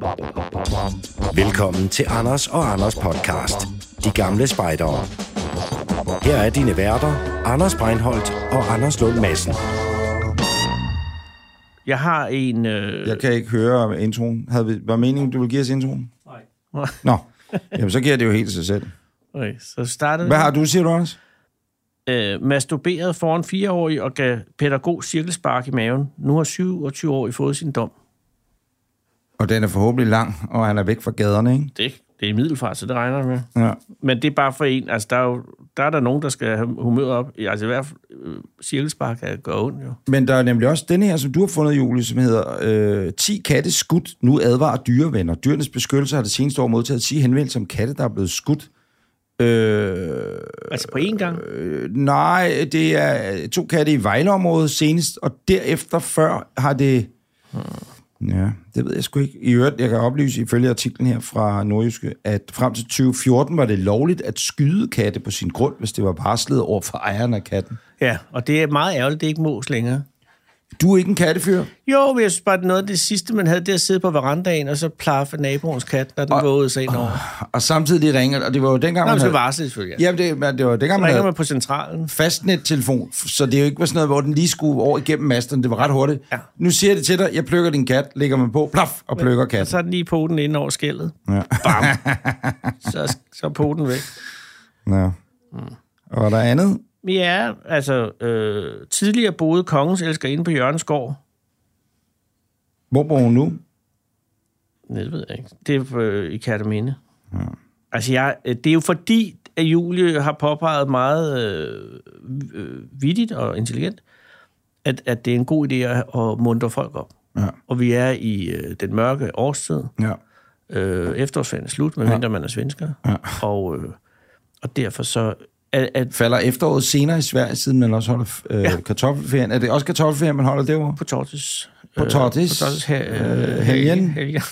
Velkommen til Anders og Anders podcast. De gamle spejdere. Her er dine værter, Anders Breinholt og Anders Lund Madsen. Jeg har en... Jeg kan ikke høre introen. Var meningen, du ville give os introen? Nej. Nå, jamen så giver det jo helt sig selv. Okay, så startede Hvad har du, siger du, Anders? Masturberet foran 4-årig og gav pædagog cirkelspark i maven. Nu har 27-årig fået sin dom. Og den er forhåbentlig lang, og han er væk fra gaderne, ikke? Det er i Middelfart, så det regner med. Ja. Men det er bare for en. Altså, der er der nogen, der skal have humøret op. Altså, i hvert fald cirkelspark kan gøre ondt, jo. Men der er nemlig også denne her, som du har fundet, Julie, som hedder 10 katte skudt. Nu advarer dyrevenner. Dyrenes beskyttelse har det seneste år modtaget 10 henvendelser om katte, der er blevet skudt. Altså på én gang? Nej, det er 2 katte i Vejleområdet senest, og derefter før har det... Ja, det ved jeg sgu ikke. I øvrigt, jeg kan oplyse ifølge artiklen her fra Nordjyske, at frem til 2014 var det lovligt at skyde katte på sin grund, hvis det var varslet over for ejeren af katten. Ja, og det er meget ærgerligt, det ikke mås længere. Du er ikke en kattefyr? Jo, men jeg synes bare, at noget af det sidste, man havde, det at sidde på verandaen, og så plaffe naboens kat, når den vågede sig ind over. Og samtidig ringer, og det var jo dengang, man havde... varslet, selvfølgelig. Ja, det var dengang, man havde... på centralen. Fastnet-telefon, så det er jo ikke var sådan noget, hvor den lige skulle over igennem masten. Det var ret hurtigt. Ja. Nu siger jeg det til dig, jeg plukker din kat, lægger man på, plaf, og plukker katten. Og så er den lige på den inde over skældet. Ja. Bam. Så er på den væk. Ja. Og er der andet? Ja, altså, tidligere boede kongens elskerinde på Jørgens Gård. Hvor bor hun nu? Det ved jeg ikke. Det er i Kerteminde. Ja. Altså, det er jo fordi, at Julie har påpeget meget vittigt og intelligent, at det er en god idé at muntre folk op. Ja. Og vi er i den mørke årstid. Ja. Efterårsferien er slut, medmindre man er svensker. Ja. Og derfor så... Falder efteråret senere i Sverige, siden man også holder kartoffelferien? Er det også kartoffelferien, man holder derovre? På Tortis. Helgen.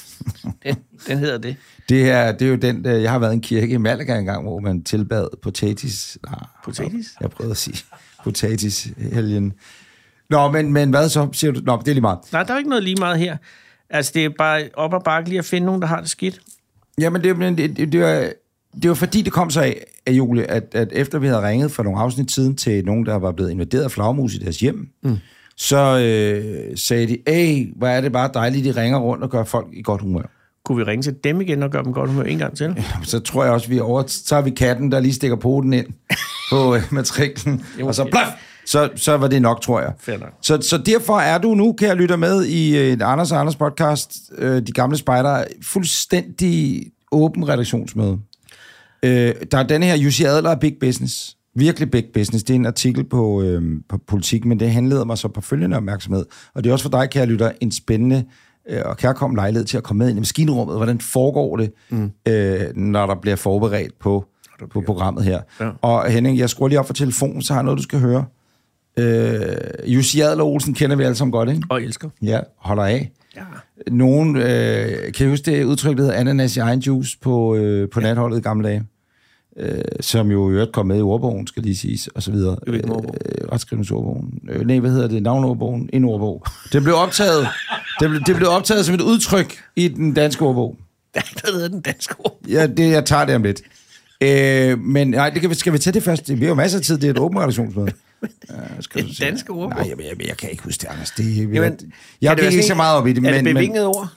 Den hedder det. Det er jo den, jeg har været i en kirke i Malaga engang, hvor man tilbad potatis. Potatis? Jeg prøvede at sige potatis-helgen. Nå, men hvad så, siger du? Nå, det er lige meget. Nej, der er ikke noget lige meget her. Altså, det er bare op ad bakke lige at finde nogen, der har det skidt. Jamen, det var fordi, det kom så af Julie, at efter vi havde ringet for nogle afsnit siden til nogen, der var blevet invaderet af flagmus i deres hjem, så sagde de, hvor er det bare dejligt, de ringer rundt og gør folk i godt humør. Kunne vi ringe til dem igen og gøre dem godt humør en gang til? Ja, så tror jeg også, så har vi katten, der lige stikker poten ind på matriklen, og så plaf! Så var det nok, tror jeg. Så derfor er du nu, kan jeg lytte med i Anders og Anders podcast, De Gamle Spejdere, fuldstændig åben redaktionsmøde. Der er denne her, Jussi Adler er big business. Virkelig big business. Det er en artikel på Politik, men det handleder mig så på følgende opmærksomhed. Og det er også for dig, kære lytter, en spændende og kærkommen lejlighed til at komme med ind i maskinrummet. Hvordan foregår det, når der bliver forberedt på programmet her? Ja. Og Henning, jeg skruer lige op for telefonen, så har jeg noget, du skal høre. Jussi Adler Olsen kender vi alle sammen godt, ikke? Og elsker. Ja, holder af. Ja. Nogen, kan I huske det udtryk, der hedder ananas i egen juice på natholdet i gamle dage? Som jo i øvrigt kom med i ordbogen, skal lige siges, og så videre. Retskrivningsordbogen. Nej, hvad hedder det? Navnordbogen? En ordbog. Det blev optaget. det blev optaget som et udtryk i den danske ordbog. Hvad hedder den danske ordbog? Ja, jeg tager det om lidt. Men nej, skal vi tage det først? Vi har jo masser af tid, det er et åbent redaktionsmøde. Den danske ordbog? Nej, jeg kan ikke huske det, Anders. Jeg gik ikke så meget op i det. Er det bevingede ord?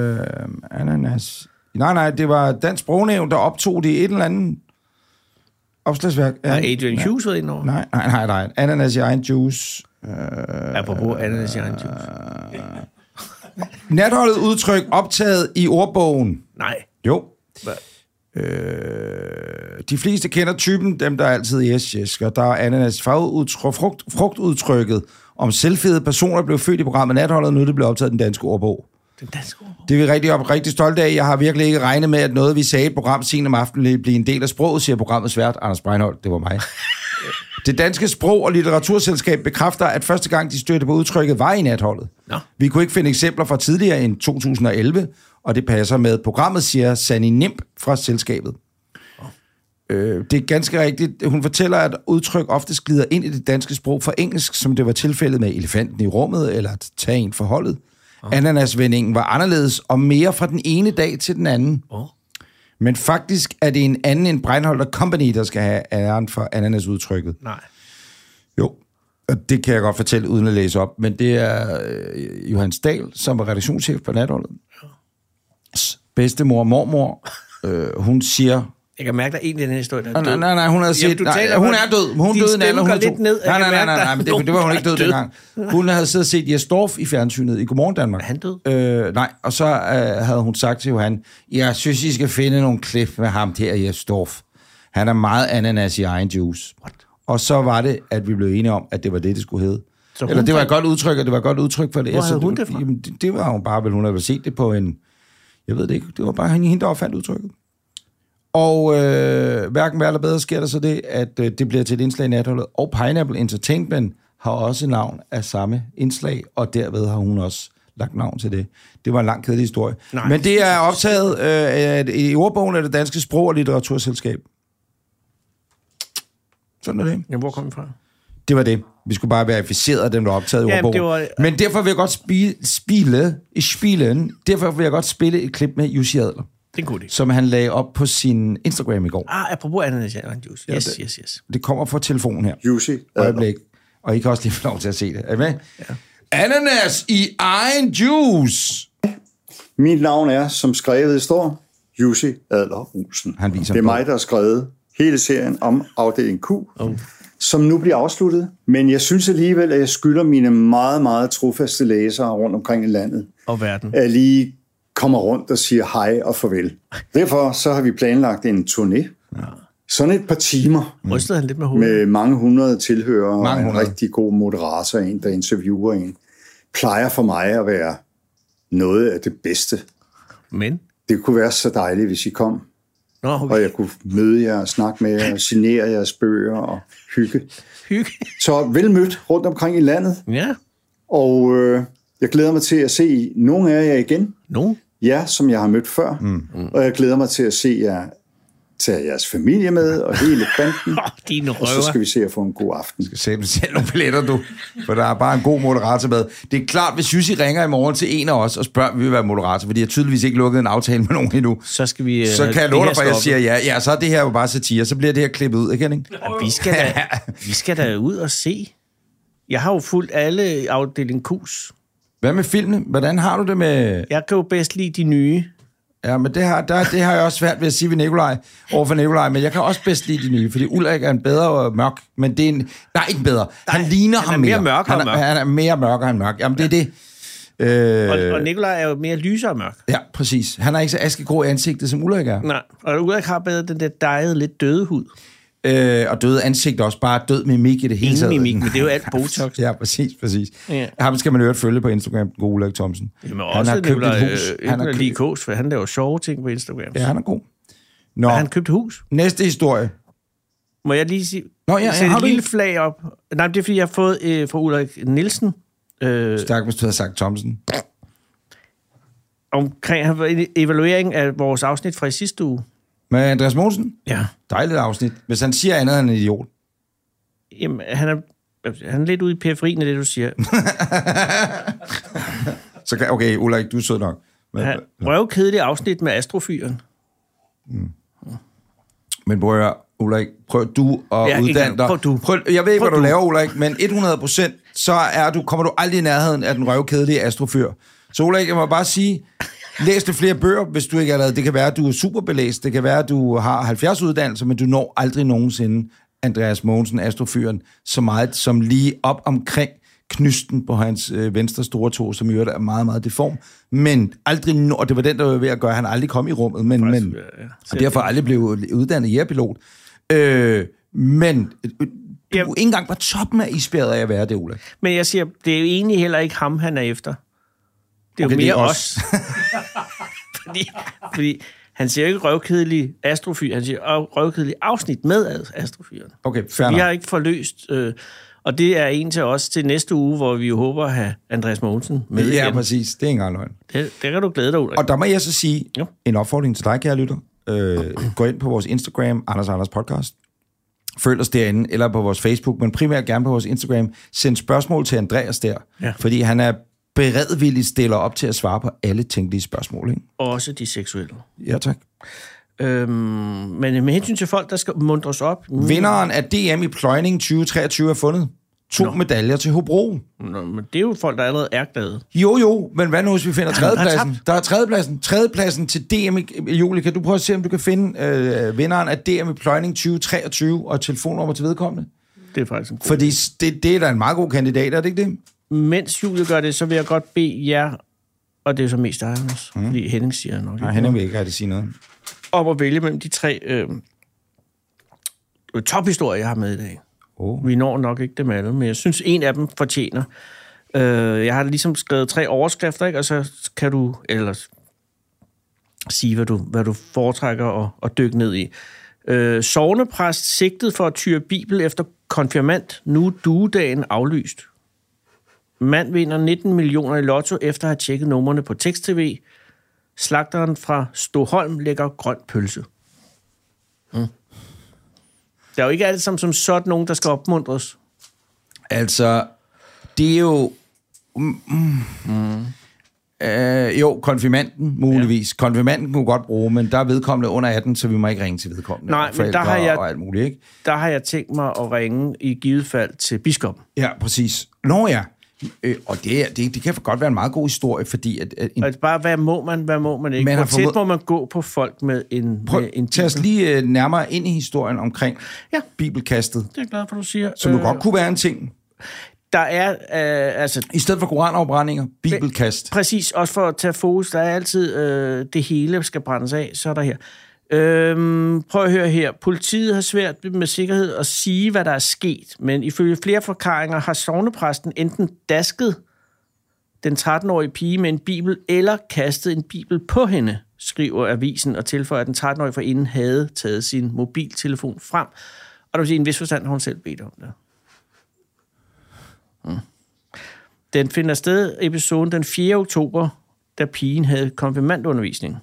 Ananas. Nej, det var Dansk Sprognævn, der optog det i et eller andet opslagsværk. Har Adrian Hughes været indover? Nej. Ananas i egen juice. Apropos ananas i egen juice. Natholdet udtryk optaget i ordbogen. Nej. Jo. De fleste kender typen, dem der er altid yes, og der er ananas frugtudtrykket om selvfede personer blev født i programmet Natholdet, og nu det blev optaget i den danske ordbog. Den danske ordbog? Det er vi rigtig stolte af. Jeg har virkelig ikke regnet med, at noget, vi sagde i et program sent om aftenen, ville blive en del af sproget, siger programmets vært, Anders Breinholt. Det var mig. Det danske sprog- og litteraturselskab bekræfter, at første gang de stødte på udtrykket var i Natholdet. Nå. Vi kunne ikke finde eksempler fra tidligere end 2011, og det passer med programmet, siger Sanni Nimp fra selskabet. Det er ganske rigtigt. Hun fortæller, at udtryk ofte glider ind i det danske sprog fra engelsk, som det var tilfældet med elefanten i rummet, eller at tage en for holdet. Ananasvendingen var anderledes og mere fra den ene dag til den anden. Men faktisk er det en anden end Breinholt & Company, der skal have æren for ananasudtrykket. Nej. Jo, og det kan jeg godt fortælle uden at læse op, men det er Johannes Dahl, som var redaktionschef på Natholdet. Bedstemor og mormor, hun siger... Jeg kan mærke, der egentlig den historie, der er død. Nej, hun havde set... Nej, hun er død. Hun døde en alder, hun lidt ned. Nej, men det var hun ikke død dengang. Hun havde siddet og set Jes Dorf i fjernsynet i Godmorgen Danmark. Er han død? Nej, og så havde hun sagt til Johan, jeg synes, I skal finde nogle klip med ham der, Jes Dorf. Han er meget ananas i egen juice. What? Og så var det, at vi blev enige om, at det var det skulle hedde. Eller det var et godt udtryk, og det var et godt udtryk for det. Hvor havde hun det fra? Jamen, det var hun bare, vel hun havde set det på en... Jeg ved det ikke, det var bare hende, der opfandt udtrykket. Og hverken værre eller bedre sker der så det, at det bliver til et indslag i Natholdet. Og Pineapple Entertainment har også navn af samme indslag, og derved har hun også lagt navn til det. Det var en lang kedelig historie. Nej. Men det er optaget i ordbogen af det danske sprog- og litteraturselskab. Sådan er det. Ja, hvor kom den fra? Det var det. Vi skulle bare verificere, at den var optaget i ordbogen. Men derfor vil jeg godt derfor vil jeg godt spille et klip med Jussi Adler. Det er en god idé. Som han lagde op på sin Instagram i går. Apropos ananas og juice. Yes. Det kommer fra telefonen her. Jussi Adler. Og I kan også lige få lov til at se det. Er I med? Ja. Ananas i egen juice. Mit navn er, som skrevet står, Jussi Adler Olsen. Det er mig, der har skrevet hele serien om afdeling Q, som nu bliver afsluttet. Men jeg synes alligevel, at jeg skylder mine meget, meget trofaste læsere rundt omkring i landet. Og verden. At lige kommer rundt og siger hej og farvel. Derfor så har vi planlagt en turné. Ja. Sådan et par timer. Rystede han lidt med hovedet? Med mange hundrede tilhørere og en rigtig god moderator, en der interviewer en. Plejer for mig at være noget af det bedste. Men? Det kunne være så dejligt, hvis I kom. Okay. Og jeg kunne møde jer og snakke med jer, signere jeres bøger og hygge. Så vel mødt rundt omkring i landet. Ja. Og jeg glæder mig til at se nogle af jer igen. Ja, som jeg har mødt før. Og jeg glæder mig til at se jer, tage jeres familie med og hele banden. Og så skal vi se at få en god aften. Skal se selv nogle billetter, du. For der er bare en god moderator med. Det er klart, hvis Jussi ringer i morgen til en af os og spørger, om vi vil være moderator, fordi jeg tydeligvis ikke lukket en aftale med nogen endnu. Så skal vi... Så kan jeg love dig, for jeg siger ja, så er det her jo bare satire. Så bliver det her klippet ud, ikke? Vi skal da ud og se. Jeg har jo fulgt alle afdeling Q's. Hvad med filmen? Hvordan har du det med... Jeg kan jo bedst lide de nye. Ja, men det har jeg også svært ved at sige ved Nikolaj, overfor Nikolaj, men jeg kan også bedst lide de nye, fordi Ulrik er en bedre mørk, men det er en... Nej, ikke bedre. Han ligner ham mere. Han er mere mørk og mørk. Jamen, det er det. Og Nikolaj er jo mere lysere og mørk. Ja, præcis. Han er ikke så askegrå i ansigtet, som Ulrik er. Nej, og Ulrik har bedre den der dejede, lidt døde hud. Og døde ansigt også, bare død mimik i det hele taget. Ingen mimik, men det er jo alt Botox. Ja, præcis. Ja. Ham skal man jo følge på Instagram, den gode Ulrik Thomsen. Jamen han har købt et hus. Han har lige kos, for han laver sjove ting på Instagram. Ja, han er god. Nå. Han købt hus. Næste historie. Må jeg lige sige... Sæt et lille flag op. Nej, det er fordi, jeg har fået fra Ulrik Nielsen. Stærk, hvis du havde sagt Thomsen. Omkring evaluering af vores afsnit fra i sidste uge. Med Andreas Mogensen? Ja. Dejligt afsnit. Hvis han siger andet end en idiot. Jamen, han er lidt ude i periferien af det, du siger. Så okay, Ulrik, du er sød nok. Røvkedelig afsnit med astrofyren. Men Ulrik, prøv du at uddanne dig. Jeg ved ikke, hvad du laver, Ulrik, men 100% så kommer du aldrig i nærheden af den røvkedelige astrofyr. Så Ulrik, jeg må bare sige... Læs lidt flere bøger, hvis du ikke er lavet. Det kan være, at du er superbelæst. Det kan være, at du har 70 uddannelser, men du når aldrig nogensinde Andreas Mogensen, astrofyren, så meget som lige op omkring knysten på hans venstre store tå, som i øvrigt er meget, meget deform. Men aldrig, og det var den, der var ved at gøre, at han aldrig kom i rummet, men og derfor aldrig blev uddannet jægerpilot. Men du er ikke engang på toppen af isbjerget af at være det, Ulrik. Men jeg siger, det er jo egentlig heller ikke ham, han er efter. Det er jo mere os. fordi han siger ikke røvkedelig astrofyr, han siger røvkedelig afsnit med astrofyren. Okay, fair nok. Vi har ikke forløst, og det er en til os til næste uge, hvor vi jo håber at have Andreas Mogensen med igen. Ja, præcis. Det er ikke engang løgn. Det kan du glæde dig, Ulrik. Og der må jeg så sige en opfordring til dig, kære lytter. Gå ind på vores Instagram, Anders Podcast. Følg os derinde, eller på vores Facebook, men primært gerne på vores Instagram. Send spørgsmål til Andreas der, fordi han er beredvilligt stiller op til at svare på alle tænkelige spørgsmål, ikke? Også de seksuelle. Ja, tak. Men med hensyn til folk, der skal mundres op... Vinderen af DM i pløjning 2023 er fundet 2 medaljer til Hobro. Nå, men det er jo folk, der allerede er glade. Jo, men hvad nu, hvis vi finder tredjepladsen? Der er tredjepladsen. Tredjepladsen til DM i Julie. Kan du prøve at se, om du kan finde vinderen af DM i pløjning 2023 og telefonnummer til vedkommende? Det er faktisk en god. Fordi det er da en meget god kandidat, er det ikke det? Mens Julie gør det, så vil jeg godt bede jer, og det er så mest dig, Anders, fordi Henning siger nok. Nej, Henning vil ikke have det sige noget. Om at vælge mellem de 3 tophistorier, jeg har med i dag. Vi når nok ikke dem alle, men jeg synes, en af dem fortjener. Jeg har ligesom skrevet 3 overskrifter, ikke? Og så kan du ellers sige, hvad du foretrækker at dykke ned i. Sognepræst sigtet for at tyre Bibel efter konfirmand. Nu er duedagen aflyst. Mand vinder 19 millioner i lotto efter at have tjekket numrene på tekst-tv. Slagteren fra Stoholm lægger grøn pølse. Der er jo ikke alt som sådan nogen, der skal opmuntres. Altså, det er jo... Jo, konfirmanden muligvis. Ja. Konfirmanden kunne godt bruge, men der er vedkommende under 18, så vi må ikke ringe til vedkommende. Nej, men der har jeg tænkt mig at ringe i givet fald til biskoppen. Ja, præcis. Nå ja. Og det kan godt være en meget god historie, fordi... bare, hvad må man ikke? Hvor tæt må man gå på folk med en tag os lige nærmere ind i historien omkring bibelkastet. Det er glad for, du siger. Som godt kunne være en ting. Der er... I stedet for koranafbrændinger, bibelkast. Præcis, også for at tage fokus. Der er altid det hele skal brændes af, så er der her. Prøv at høre her. Politiet har svært med sikkerhed at sige, hvad der er sket, men ifølge flere forklaringer har sognepræsten enten dasket den 13-årige pige med en bibel, eller kastet en bibel på hende, skriver avisen, og tilføjer, at den 13-årige forinden havde taget sin mobiltelefon frem. Og der vil sige, en vis forstand har hun selv bedt om det. Den finder sted episoden den 4. oktober, da pigen havde konfirmandundervisning.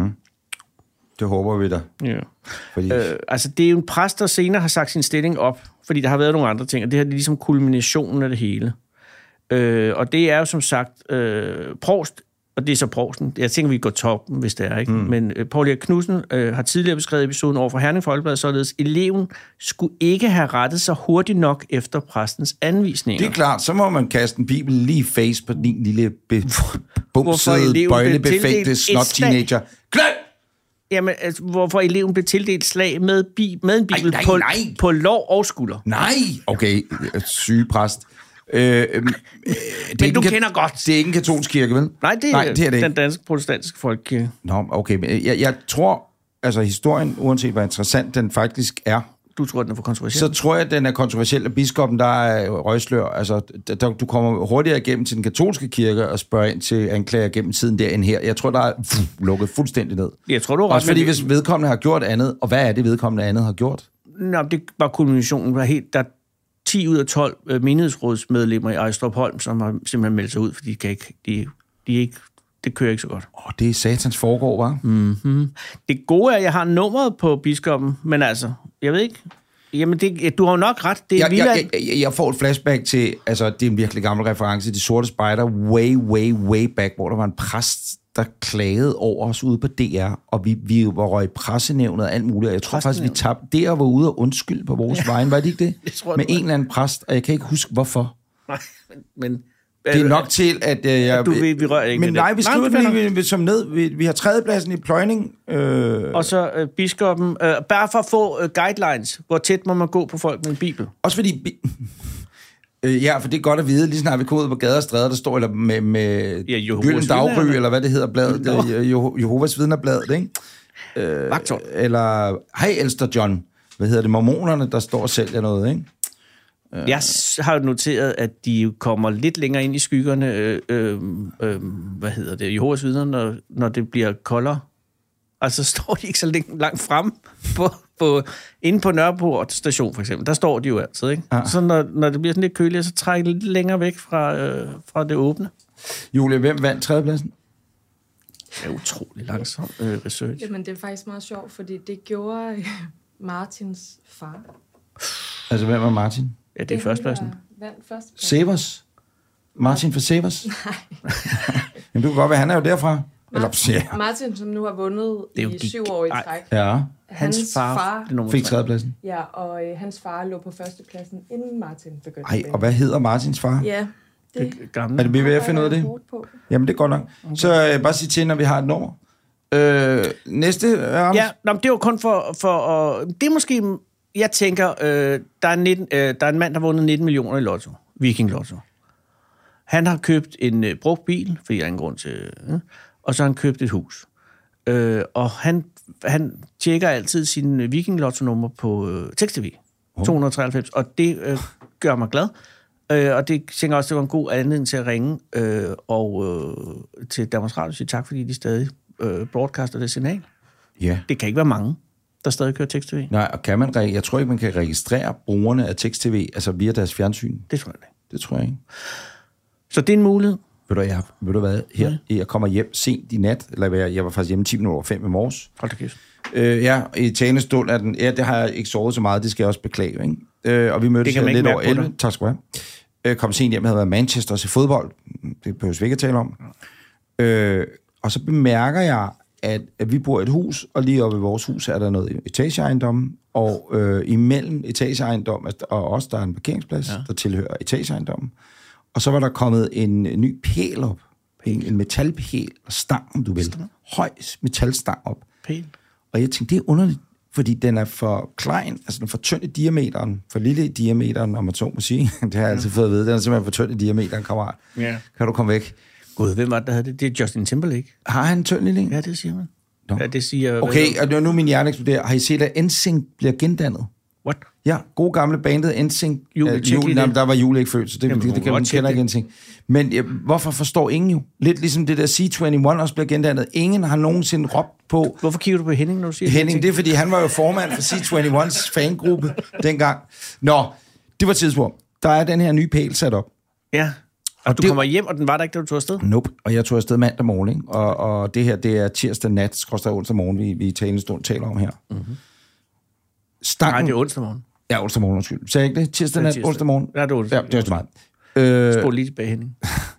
Det håber vi da. Ja. Fordi... altså, det er jo en præst, der senere har sagt sin stilling op, fordi der har været nogle andre ting, og det her er ligesom kulminationen af det hele. Og det er jo som sagt provst, og det er så provsten. Jeg tænker, vi går toppen, hvis det er, ikke? Men Poul Erik Knudsen har tidligere beskrevet episoden over for Herning Folkeblad, således eleven skulle ikke have rettet sig hurtigt nok efter præstens anvisninger. Det er klart, så må man kaste en bibel lige face på din lille bumsede, bøjlebefængte snot-teenager. Klart! Jamen, altså, hvorfor eleven blev tildelt slag med en bibel på lår og skulder. Nej, okay, syge præst. Men du kender godt. Det er ikke en katolsk kirke, vel? Nej, det er den danske protestantiske folkekirke. Nå, okay, men jeg tror, altså historien, uanset hvor interessant den faktisk er, du tror, den er for kontroversiel? Så tror jeg, den er kontroversiel, og biskoppen, der er røgslør. Altså, du kommer hurtigere igennem til den katolske kirke og spørger ind til anklager gennem tiden der end her. Jeg tror, der er lukket fuldstændig ned. Jeg tror, du også fordi, hvis vedkommende har gjort andet, og hvad er det, vedkommende andet har gjort? Nå, det var kulminationen. Der er 10 ud af 12 menighedsrådsmedlemmer i Ejstrupholm, som har simpelthen meldt sig ud, fordi det kører ikke så godt. Det er satans foregår, hva'? Mm-hmm. Det gode er, at jeg har nummeret på biskoppen, men altså, jeg ved ikke. Jamen, du har jo nok ret. Det er jeg får et flashback til, altså, det er en virkelig gammel reference, De Sorte Spejder, way back, hvor der var en præst, der klagede over os ude på DR, og vi var røg i pressenævnet og alt muligt. Jeg tror faktisk, vi tabte det og var ude og undskylde på vores vejen. Var det ikke det? Med en eller anden præst, og jeg kan ikke huske, hvorfor. Nej, men det er nok til, at vi rører ikke. Men nej, vi skriver det lige som ned. Vi har tredjepladsen i pløjning. Og så biskoppen. Bare for at få guidelines. Hvor tæt må man gå på folk med en bibel? Også fordi... ja, for det er godt at vide. Lige snart vi kommer ud på gader og stræder, der står eller med Gylden Daggry, eller hvad det hedder, bladet. Jehovas vidnerbladet, ikke? Vagtårn. Eller, hej Elster John. Hvad hedder det? Mormonerne, der står og sælger noget, ikke? Jeg har noteret, at de kommer lidt længere ind i skyggerne, Jehovas vidner, når det bliver koldere. Altså står de ikke så langt frem inde på Nørreport station, for eksempel. Der står de jo altid, ikke? Ja. Så når det bliver sådan lidt køligere, så trækker det lidt længere væk fra det åbne. Julie, hvem vandt tredjepladsen? Det er utrolig langsom research. Jamen, det er faktisk meget sjovt, fordi det gjorde Martins far. Altså, hvem var Martin? Ja, det er førstepladsen. Severs? Martin for Severs? Nej. Jamen, du kan godt være, han er jo derfra. Martin, som nu har vundet i 7 år i træk. Ja. Hans far fik tredjepladsen. Ja, og hans far lå på førstepladsen, inden Martin begyndte. Ej, og hvad hedder Martins far? Ja, det er det vi ved at finde ud af det? Jamen, det er godt nok. Okay. Så bare sig til, når vi har et nummer. Næste, Anders? Ja, det var kun for det er måske, jeg tænker, der er en mand, der har vundet 19 millioner i Lotto. Viking Lotto. Han har købt en brugt bil, fordi der er ingen grund til... og så har han købt et hus. Og han tjekker altid sin Viking Lotto-nummer på tekst-tv. 293, og det gør mig glad. Og det tænker også, det var en god anledning til at ringe til Danmarks Radio og sige tak, fordi de stadig broadcaster det signal. Ja. Det kan ikke være mange, der stadig kører tekst-tv. Nej, og kan man jeg tror ikke, man kan registrere brugerne af tekst-tv, altså via deres fjernsyn. Det tror jeg ikke. Det tror jeg ikke. Så det er en mulighed. Ved du hvad? Her, jeg kommer hjem sent i nat, eller jeg var faktisk hjemme 10 minutter over 5 i morges. Hold da kæft. Ja, i tjenestund er den... Ja, det har jeg ikke sovet så meget, det skal jeg også beklage, ikke? Og vi mødtes her lidt over 11. Tak skal du have. Kom sent hjem, jeg havde været Manchester og se fodbold. Det behøver vi ikke at tale om. Og så bemærker jeg, at vi bor i et hus, og lige oppe i vores hus er der noget etageejendom, og imellem etageejendom og os, der er en parkeringsplads, der tilhører etageejendommen. Og så var der kommet en ny pæl op. En metalpæl, og stang, om du vil. Høj metalstang op. Pæl. Og jeg tænkte, det er underligt, fordi den er for klein, altså den er for tynd i diameteren, for lille i diameteren, om man så må sige. Det har jeg altid fået at vide. Den er simpelthen for tynd i diameteren, kammerat. Ja. Kan du komme væk? Gud, hvem var det, der havde det? Det er Justin Timberlake. Har han en tynd lille en? Ja, det siger man. No. Ja, det siger... Okay, og nu min hjerne eksploderer. Har I set, at NSYNC bliver gendannet? What? Ja, gode gamle bandet NSYNC. Der var Jule ikke født, så det kan man kende ikke NSYNC. Men hvorfor forstår ingen jo? Lidt ligesom det der C21 også bliver gendannet. Ingen har nogensinde råbt på... Hvorfor kigger du på Henning, når du siger Henning, det er, fordi han var jo formand for C21's fangruppe dengang. Nå, det var tidsspur. Der er den her nye pæl sat op. Ja, og du kommer hjem, og den var der ikke, da du tog afsted? Nope, og jeg tog afsted mandag morgen, ikke? Og det her, det er tirsdag nat, skråstrej onsdag morgen, vi taler om her. Mm-hmm. Stangen... Nej, det er onsdag morgen. Ja, onsdag morgen, undskyld. Sagde jeg ikke det? Tirsdag nat, onsdag morgen? Ja, det er onsdag. Ja, det er også meget. Spol lige tilbage, Henning.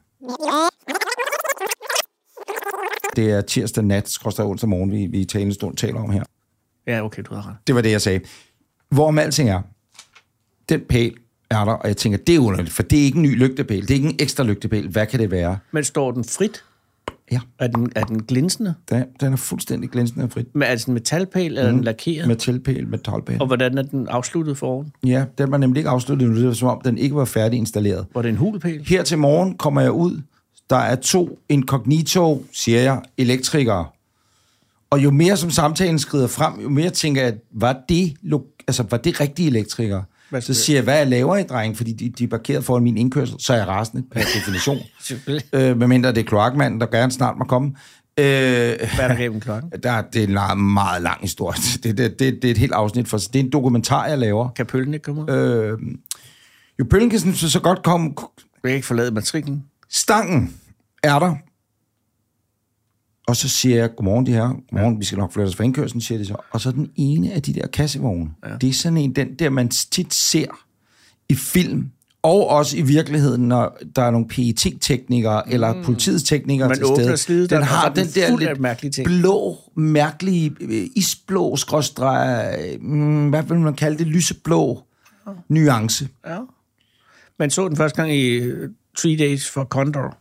Det er tirsdag nat, skråstrej onsdag morgen, vi taler om her. Ja, okay, du har ret. Det var det, jeg sagde. Hvorom alting er, den pæl er der, og jeg tænker, det er underligt, for det er ikke en ny lygtepæl, det er ikke en ekstra lygtepæl. Hvad kan det være? Men står den frit? Ja. Er den glinsende? Den er fuldstændig glinsende og frit. Men er det sådan en metalpæl, eller den lakeret? Metalpæl. Og hvordan er den afsluttet for oven? Ja, den var nemlig ikke afsluttet, det var som om, den ikke var færdig installeret. Var det en hulpæl? Her til morgen kommer jeg ud, der er 2 incognito, siger jeg, elektrikere. Og jo mere som samtalen skrider frem, jo mere tænker jeg, var det rigtige elektrikere? Så siger jeg, hvad jeg laver i, dreng? Fordi de er parkeret foran min indkørsel, så er jeg rasende per definition. Medmindre det er kloakmanden, der gerne snart må komme. Hvad er der gennem klokken? Det er en meget lang historie. Det er et helt afsnit for sig. Det er en dokumentar, jeg laver. Kan pøllen ikke komme ud? Jo, pøllen kan så godt komme... Vil jeg ikke forlade matriklen? Stangen er der. Og så siger jeg, godmorgen de her. Godmorgen, vi skal nok flytte os fra indkørslen, siger de så. Og så den ene af de der kassevogne. Ja. Det er sådan en, den der man tit ser i film, og også i virkeligheden, når der er nogle PET-teknikere, eller politiets teknikere man til stede. Den har den der lidt blå, mærkelige, isblå, hvad vil man kalde det, lyseblå nuance. Ja. Man så den første gang i 3 Days for Condor.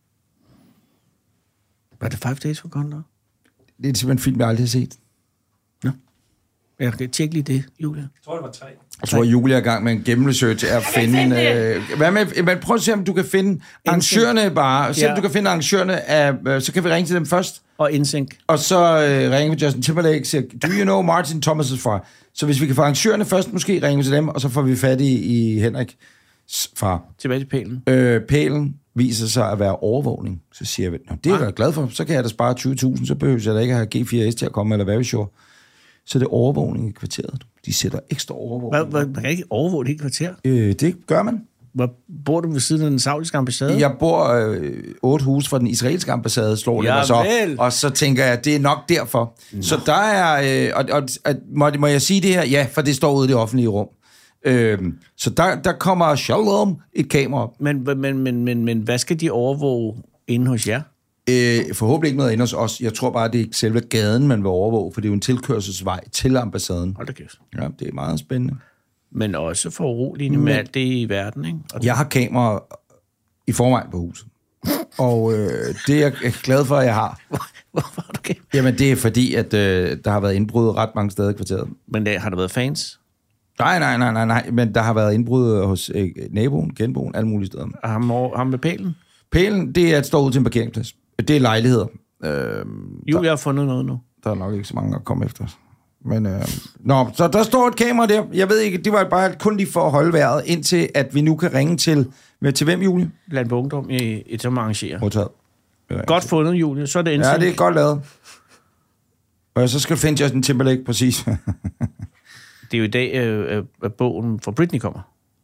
Var det 5 Days for Condor? Det er simpelthen en film, jeg aldrig har set. Nå. Jeg kan tjekke lige det, Julia. Jeg tror, det var 3. Jeg tror, Julia er i gang med en gennemresearch af at finde... Hvad med, prøv at se, om du kan finde arrangørerne bare. Se, om du kan finde arrangørerne af... Så kan vi ringe til dem først. Og NSYNC. Og så ringer vi Justin Timberlake og siger, do you know Martin Thomas' far? Så hvis vi kan få arrangørerne først, måske ringer vi til dem, og så får vi fat i Henrik far. Tilbage til pælen. Pælen viser sig at være overvågning. Så siger jeg, det er jeg glad for. Så kan jeg da spare 20.000, så behøver jeg da ikke have G4S til at komme, eller hvad vi sure. Så det er overvågning i kvarteret. De sætter ekstra overvågning. Man kan ikke overvåge det i kvarter? Det gør man. Bor du ved siden af den saudiske ambassade? Jeg bor 8 huse fra den israelske ambassade, slår det mig så. Og så tænker jeg, det er nok derfor. Nå. Så der er... må jeg sige det her? Ja, for det står ude i det offentlige rum. Så der kommer shalom et kamera op. Men hvad skal de overvåge inde hos jer? Forhåbentlig ikke noget inde hos os. Jeg tror bare, det er selve gaden, man vil overvåge, for det er jo en tilkørselsvej til ambassaden. Hold da kæft. Ja, det er meget spændende. Men også for uroligende med alt det i verden, ikke? Jeg har kameraer i forvejen på huset. Og det er jeg glad for, at jeg har. Hvorfor har du kamera? Jamen, det er fordi, at der har været indbrud ret mange steder i kvarteret. Men har der været fans? Nej. Men der har været indbrud hos naboen, genboen, alle mulige steder. Og ham med pælen? Pælen, det er at stå ud til en parkeringsplads. Det er lejligheder. Jeg har fundet noget nu. Der er nok ikke så mange at komme efter. Men, så der står et kamera der. Jeg ved ikke, det var bare kun lige for at holde vejret, indtil at vi nu kan ringe til hvem, Julie? Landbrug Ungdom i et som arrangerer. Modtaget. Godt fundet, Julie. Så er det Ja, det er godt lavet. Og så skal du finde Justin Timberlake, præcis. Det er jo i dag, at bogen fra Britney kommer.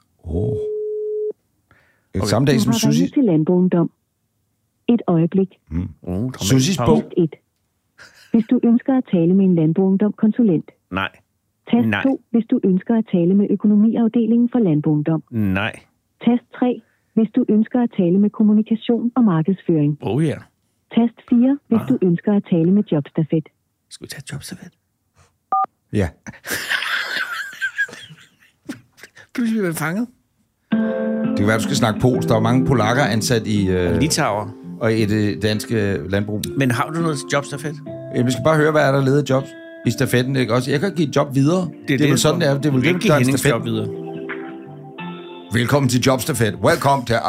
Okay. Samme dag som Susie. Til Landbrug Ungdom. Et øjeblik. Susies bog. Tast 1. Hvis du ønsker at tale med en Landbrug Ungdom konsulent. Nej. Tast 2, hvis du ønsker at tale med økonomiafdelingen for Landbrug Ungdom. Nej. Tast 3, hvis du ønsker at tale med kommunikation og markedsføring. Ja. Tast 4, hvis du ønsker at tale med jobstafet. Skal vi tage jobstafet? Ja. Pludselig bliver vi fanget. Det kan være, du skal snakke polsk. Der er mange polakker ansat i... Litauer. Og i det danske landbrug. Men har du noget jobstafet? Vi skal bare høre, hvad er der ledige jobs i stafetten. Ikke? Også, jeg kan give et job videre. Det er vel sådan, det er. Det er vel det, der er en stafet. Job videre. Velkommen til jobstafet. Velkommen til...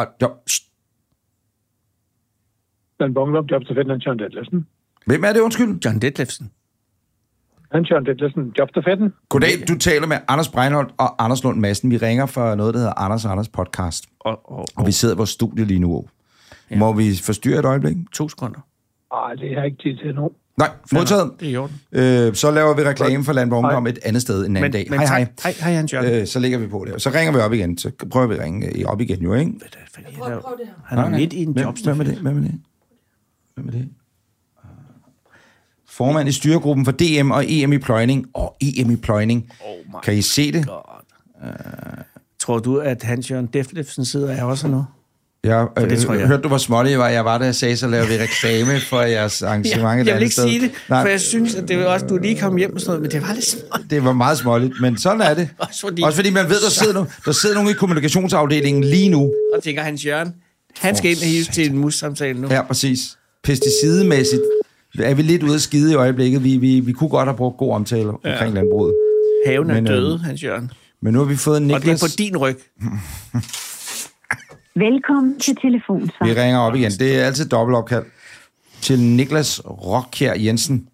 Landbrug Ungdom jobstafetten er John Detlefsen. Hvem er det, undskyld? John Detlefsen. John Detlefsen, jobstafetten. Goddag, du taler med Anders Breinholt og Anders Lund Madsen. Vi ringer fra noget, der hedder Anders podcast. Og vi sidder i vores studie lige nu. Ja. Må vi forstyrre et øjeblik? 2 sekunder. Nej, det har jeg ikke tid til nu. Nej, modtaget. Det er i orden. Så laver vi reklame for Landbrug Ungdom et andet sted en anden dag. Hej. Hej, Hans Jørgen. Så lægger vi på det. Så ringer vi op igen. Så prøver vi at ringe op igen jo, ikke? Prøv det her. Han er midt i en jobstafet. Hvem er det? Formand i styregruppen for DM og EM i pløjning. EM i pløjning. Kan I se det? Tror du, at Hans Jørgen Detlefsen sidder her også nu? Ja, hørte du, hvor smålig jeg var, da jeg sagde, så laver vi reklame for jeres arrangement. Jeg vil ikke sige det, for jeg synes, at det var også, du lige kom hjem og sådan noget, men det var lidt småligt. Det var meget småligt, men sådan er det. Også fordi man ved, der sidder nogen i kommunikationsafdelingen lige nu. Og tænker, Hans Jørgen, han skal ind og hive til en mus-samtale nu. Ja, præcis. Pesticidemæssigt er vi lidt ude at skide i øjeblikket. Vi kunne godt have brugt god omtale omkring landbruget. Haven er døde, Hans Jørgen. Men nu har vi fået Niklas... Og det er på din ryg. Velkommen til telefonsvar. Vi ringer op igen. Det er altid dobbeltopkald til Niklas Rockjær Jensen.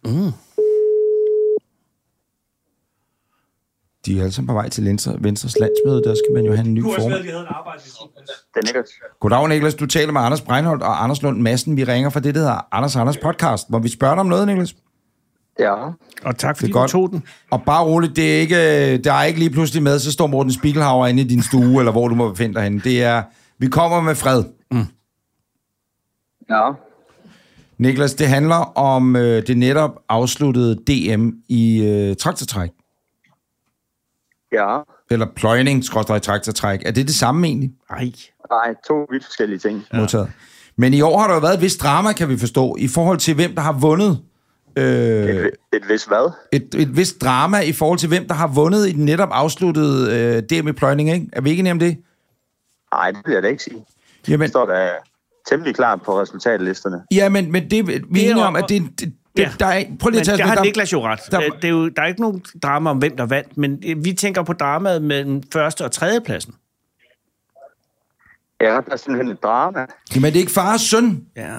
De er alle sammen på vej til Venstres landsmøde. Der skal man jo have en ny form. Det er Niklas. Goddag, Niklas. Du taler med Anders Breinholt og Anders Lund Madsen. Vi ringer fra det, der hedder Anders podcast, hvor vi spørger dig om noget, Niklas. Ja. Og tak fordi du tog den. Og bare roligt, der er ikke lige pludselig med, så står Morten Spiegelhauer inde i din stue, eller hvor du må befinde dig henne. Det er, vi kommer med fred. Ja. Niklas, det handler om det netop afsluttede DM i traktortræk. Ja. Eller pløjning, traktortræk. Er det samme egentlig? Nej, 2 vidt forskellige ting. Modtaget. Men i år har der jo været et vist drama, kan vi forstå, i forhold til hvem, der har vundet. Et vist hvad? Et vist drama i forhold til hvem, der har vundet i den netop afsluttede DM i pløjning, ikke? Er vi ikke enige om det? Nej, det vil jeg da ikke sige. Jamen, det står da temmelig klart på resultatlisterne. Ja, men det, vi er enige om, at der er... Prøv lige at tage... Der har Niklas jo ret. Der er ikke nogen drama om, hvem der vandt, men vi tænker på dramaet mellem første og tredje pladsen. Ja, der er simpelthen et drama. Jamen, det er ikke far og søn. Ja.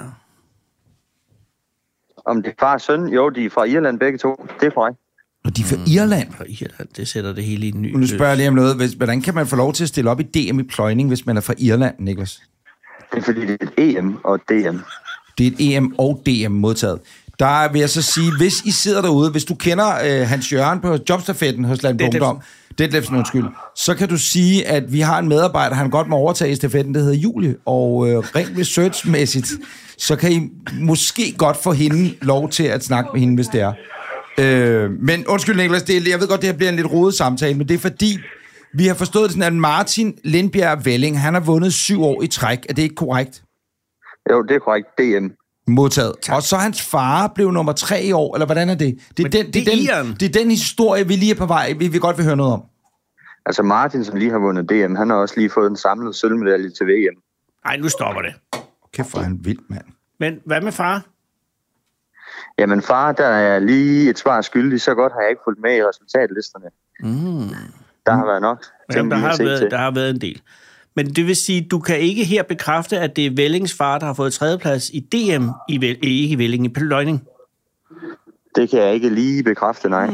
Om det er far og søn? Jo, de er fra Irland begge to. Det er korrekt. Og de er fra Irland? Fra Irland, det sætter det hele i en ny... Nu spørger jeg lige om noget. Hvordan kan man få lov til at stille op i DM i pløjning, hvis man er fra Irland, Niklas? Det er fordi, det er et EM og DM. Det er et EM og DM modtaget. Der vil jeg så sige, hvis I sidder derude, hvis du kender Hans Jørgen på jobstafetten hos Landbrug Ungdom, Detlefsen, undskyld, så kan du sige, at vi har en medarbejder, han godt må overtage i stafetten, der hedder Julie, og rent researchmæssigt, så kan I måske godt få hende lov til at snakke med hende, hvis det er. Men undskyld, Niklas, jeg ved godt, det her bliver en lidt rodet samtale, men det er fordi, Vi har forstået det sådan, at Martin Lindbjerg Velling, han har vundet 7 år i træk. Er det ikke korrekt? Jo, det er korrekt. DM. Modtaget. Tak. Og så hans far blev nummer 3 i år, eller hvordan er det? Det er den historie, vi lige er på vej. Vi vil godt vil høre noget om. Altså Martin, som lige har vundet DM, han har også lige fået en samlet sølvmedalje til VM. Nej, nu stopper det. Kæft, hvor er han vild, mand. Men hvad med far? Jamen far, der er lige et svar skyldig. Så godt har jeg ikke fulgt med i resultatlisterne. Der har været nok. Jamen, der har været en del. Men det vil sige, du kan ikke her bekræfte, at det er Vellings far, der har fået 3. plads i DM, ikke i Velling, i pløjning? Det kan jeg ikke lige bekræfte, nej.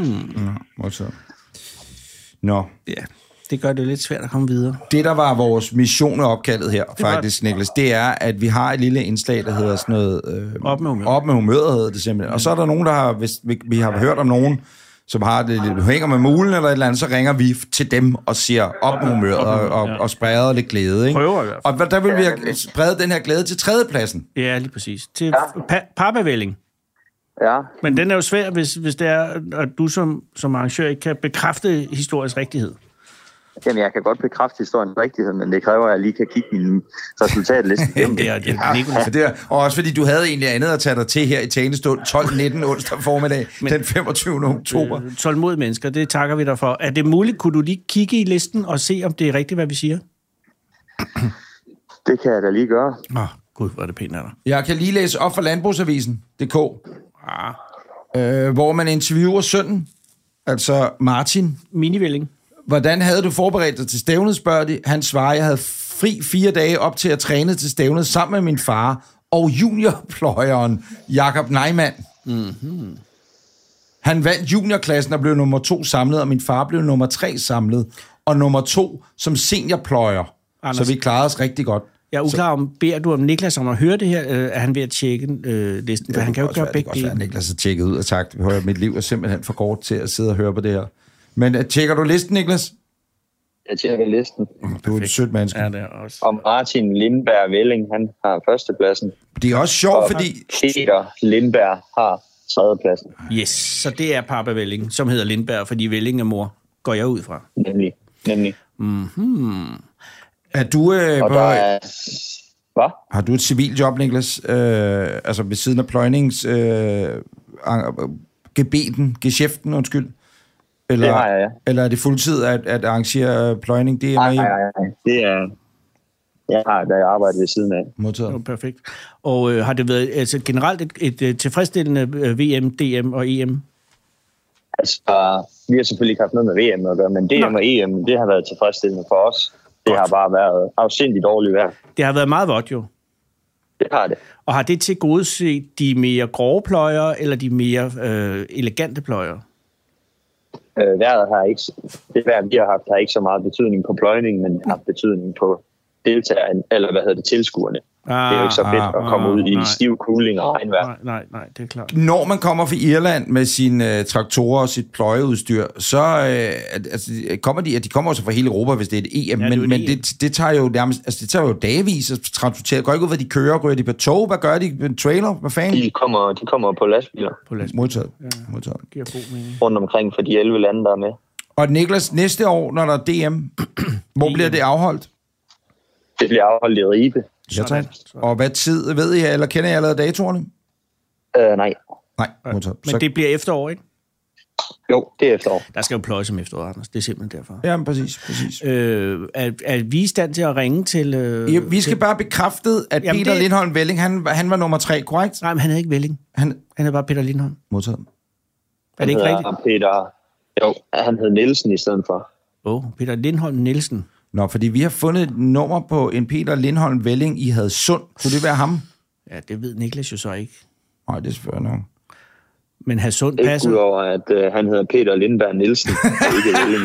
Nå. Ja, det gør det lidt svært at komme videre. Det, der var vores mission og opkaldet her, faktisk, Niklas, det er, at vi har et lille indslag, der hedder sådan noget... Op med humøret hedder det simpelthen. Og så er der nogen, der har... Hvis vi har hørt om nogen, som har det lidt hænger med mulen eller et eller andet, så ringer vi til dem og siger op med humøret og spreder lidt glæde. Ikke? Prøver i hvert fald. Og der vil vi sprede den her glæde til 3. pladsen. Ja, lige præcis. Til Papa Velling. Ja. Men den er jo svær, hvis det er, at du som arrangør ikke kan bekræfte historiens rigtighed. Jamen, jeg kan godt bekræfte historiens rigtighed, men det kræver, at jeg lige kan kigge min resultatliste. Og også fordi du havde egentlig andet at tage dig til her i tjenestund 12.19 onsdag formiddag, den 25. oktober. Tålmodige mennesker, det takker vi dig for. Er det muligt, kunne du lige kigge i listen og se, om det er rigtigt, hvad vi siger? Det kan jeg da lige gøre. Gud, hvor er det pænt af dig. Jeg kan lige læse op fra Landbrugsavisen.dk, hvor man interviewer sønnen, altså Martin. Mini-Velling. Hvordan havde du forberedt dig til stævnet, spørger de. Han svarer, jeg havde fri 4 dage op til at træne til stævnet sammen med min far og juniorpløjeren Jakob Neumann. Mm-hmm. Han vandt juniorklassen og blev nummer 2 samlet, og min far blev nummer 3 samlet, og nummer 2 som seniorpløjer. Anders. Så vi klarede os rigtig godt. Jeg er uklar om, beder du om Niklas om at høre det her? Er han ved at tjekke listen? For han kan jo gøre begge dele. Niklas har tjekket ud og sagt, mit liv er simpelthen for kort til at sidde og høre på det her. Men tjekker du listen, Niklas? Jeg tjekker listen. Du er et sødt menneske. Ja, det er også. Og Martin Lindberg Velling, han har 1. pladsen. Det er også sjovt, fordi... Peter Lindberg har 3. pladsen. Yes, så det er Papa Velling, som hedder Lindberg, fordi Velling er mor, går jeg ud fra. Nemlig. Mm-hmm. Er du... Hvad? Har du et civiljob, Niklas? Altså ved siden af pløjnings... geschæften, undskyld? Eller, det har jeg, ja. Eller er det fuldtid at arrangere pløjning? Det er nej. Det er... Jeg har da arbejdet ved siden af. Modtaget. Jo, perfekt. Og har det været altså, generelt et tilfredsstillende VM, DM og EM? Altså, vi har selvfølgelig ikke haft noget med VM at gøre, men DM og EM, det har været tilfredsstillende for os. Det har bare været afsindigt dårligt vejr. Det har været meget vådt jo. Det har det. Og har det tilgodeset de mere grove pløjer, eller de mere elegante pløjer? Vejret har ikke... Det vejr, vi har haft, har ikke så meget betydning på pløjningen, men har betydning på deltagerne, eller tilskuerne. Det er jo ikke så fedt at komme ud i stiv kuling og regnvejr. Nej, det er klart. Når man kommer fra Irland med sine traktorer og sit pløjeudstyr, så kommer de kommer også fra hele Europa, hvis det er et EM, men det tager jo nærmest, det tager jo dagevis at transportere. Går ikke ud, hvad de kører? Går de på tog? Hvad gør de? En trailer? Hvad fanden? De kommer på lastbiler. Modtaget. Giver god mening. Rundt omkring for de 11 lande, der er med. Og Niklas, næste år, når der er DM, hvor bliver det afholdt? Det bliver afholdt i Ribe. Ja, tak. Og hvad tid ved I, eller kender I allerede datorerne? Nej. Modtaget. Men det bliver efterår, ikke? Jo, det er efterår. Der skal jo pløje som efterår, Anders. Det er simpelthen derfor. Ja, præcis. Er vi i stand til at ringe til... vi skal bare bekræfte, at Peter Lindholm Velling, han var nummer 3, korrekt? Nej, men han er ikke Velling. Han er bare Peter Lindholm. Modtaget. Er det ikke rigtigt? Han hed Nielsen i stedet for. Peter Lindholm Nielsen. Nå, fordi vi har fundet et nummer på en Peter Lindholm Velling i Hadsund. Kunne det være ham? Ja, det ved Niklas jo så ikke. Nej, det er selvfølgelig nok. Men Hadsund passer... Ikke udover, at han hedder Peter Lindberg Nielsen, ikke Velling.